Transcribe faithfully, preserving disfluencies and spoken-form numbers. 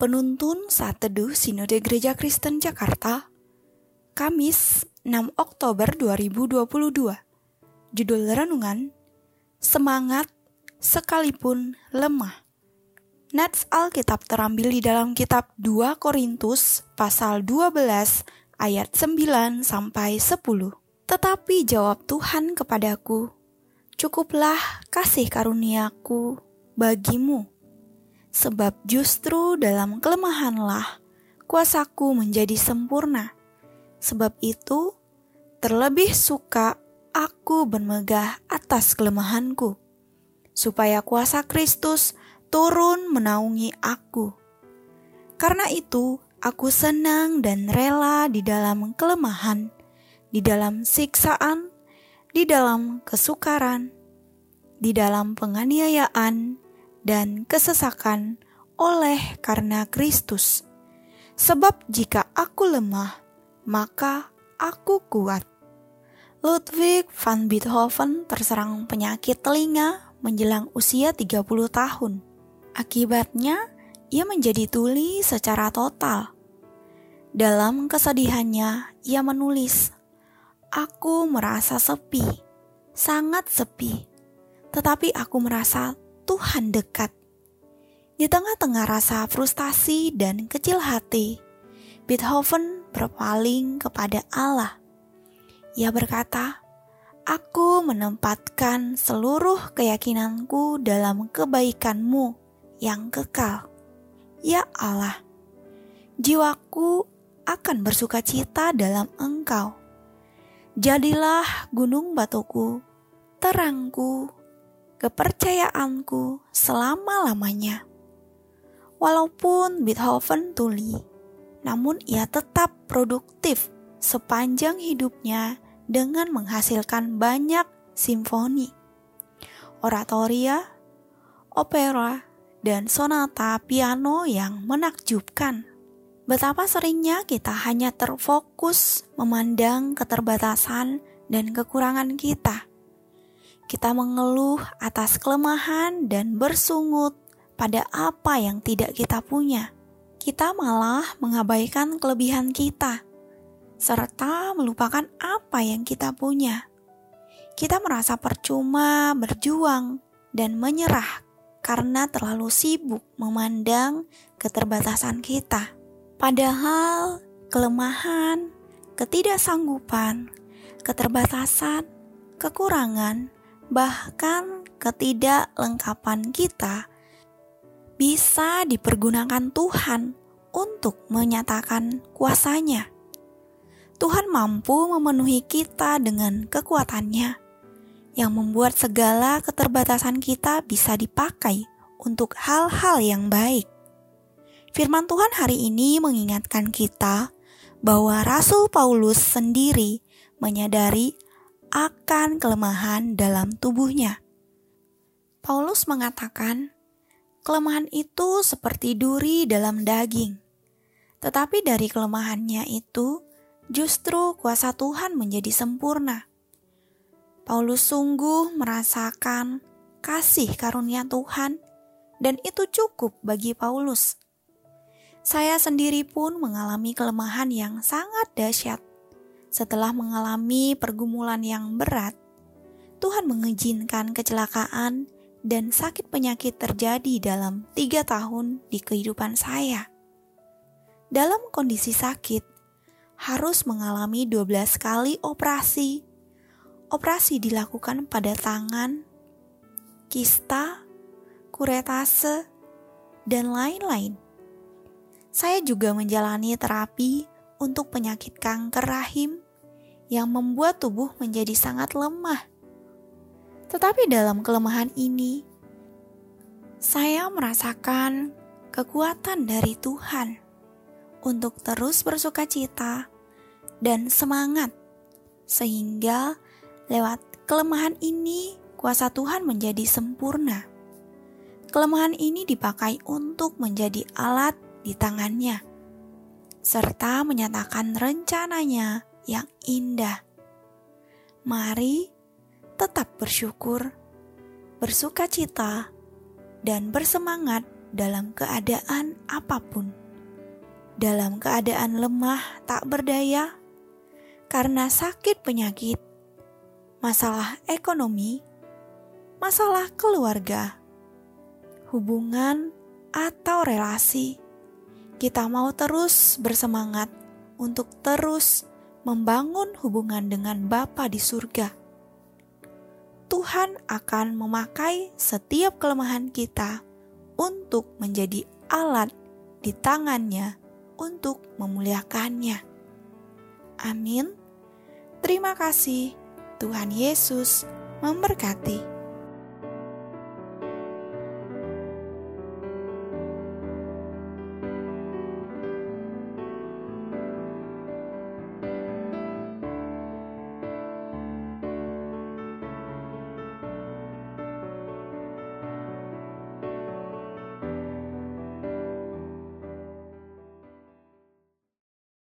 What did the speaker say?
Penuntun Saat Teduh Sinode Gereja Kristen Jakarta, Kamis enam Oktober dua ribu dua puluh dua. Judul renungan, Semangat Sekalipun Lemah. Nats Alkitab terambil di dalam kitab dua Korintus pasal dua belas ayat sembilan sampai sepuluh. Tetapi jawab Tuhan kepadaku, cukuplah kasih karuniaku bagimu. Sebab justru dalam kelemahanlah kuasaku menjadi sempurna. Sebab itu, terlebih suka aku bermegah atas kelemahanku, supaya kuasa Kristus turun menaungi aku. Karena itu, aku senang dan rela di dalam kelemahan, di dalam siksaan, di dalam kesukaran, di dalam penganiayaan, dan kesesakan oleh karena Kristus. Sebab jika aku lemah, maka aku kuat. Ludwig van Beethoven terserang penyakit telinga menjelang usia tiga puluh tahun. Akibatnya, ia menjadi tuli secara total. Dalam kesedihannya, ia menulis, "Aku merasa sepi, sangat sepi, tetapi aku merasa Tuhan dekat." Di tengah-tengah rasa frustasi dan kecil hati, Beethoven berpaling kepada Allah. Ia berkata, "Aku menempatkan seluruh keyakinanku dalam kebaikan-Mu yang kekal. Ya Allah, jiwaku akan bersuka cita dalam Engkau. Jadilah gunung batuku, terangku, kepercayaanku selama-lamanya." Walaupun Beethoven tuli, namun ia tetap produktif sepanjang hidupnya dengan menghasilkan banyak simfoni, oratoria, opera, dan sonata piano yang menakjubkan. Betapa seringnya kita hanya terfokus memandang keterbatasan dan kekurangan kita. Kita mengeluh atas kelemahan dan bersungut pada apa yang tidak kita punya. Kita malah mengabaikan kelebihan kita, serta melupakan apa yang kita punya. Kita merasa percuma berjuang dan menyerah karena terlalu sibuk memandang keterbatasan kita. Padahal kelemahan, ketidaksanggupan, keterbatasan, kekurangan, bahkan ketidaklengkapan kita bisa dipergunakan Tuhan untuk menyatakan kuasa-Nya. Tuhan mampu memenuhi kita dengan kekuatan-Nya yang membuat segala keterbatasan kita bisa dipakai untuk hal-hal yang baik. Firman Tuhan hari ini mengingatkan kita bahwa Rasul Paulus sendiri menyadari akan kelemahan dalam tubuhnya. Paulus mengatakan, kelemahan itu seperti duri dalam daging. Tetapi dari kelemahannya itu, justru kuasa Tuhan menjadi sempurna. Paulus sungguh merasakan kasih karunia Tuhan, dan itu cukup bagi Paulus. Saya sendiri pun mengalami kelemahan yang sangat dahsyat. Setelah mengalami pergumulan yang berat, Tuhan mengizinkan kecelakaan dan sakit penyakit terjadi dalam tiga tahun di kehidupan saya. Dalam kondisi sakit, harus mengalami dua belas kali operasi. Operasi dilakukan pada tangan, kista, kuretase, dan lain-lain. Saya juga menjalani terapi untuk penyakit kanker rahim yang membuat tubuh menjadi sangat lemah. Tetapi dalam kelemahan ini, saya merasakan kekuatan dari Tuhan untuk terus bersuka cita dan semangat, sehingga lewat kelemahan ini kuasa Tuhan menjadi sempurna. Kelemahan ini dipakai untuk menjadi alat di tangan-Nya, serta menyatakan rencananya yang indah. Mari tetap bersyukur, bersuka cita, dan bersemangat dalam keadaan apapun. Dalam keadaan lemah tak berdaya, karena sakit penyakit, masalah ekonomi, masalah keluarga, hubungan atau relasi, kita mau terus bersemangat untuk terus membangun hubungan dengan Bapa di surga. Tuhan akan memakai setiap kelemahan kita untuk menjadi alat di tangannya untuk memuliakannya. Amin. Terima kasih. Tuhan Yesus memberkati.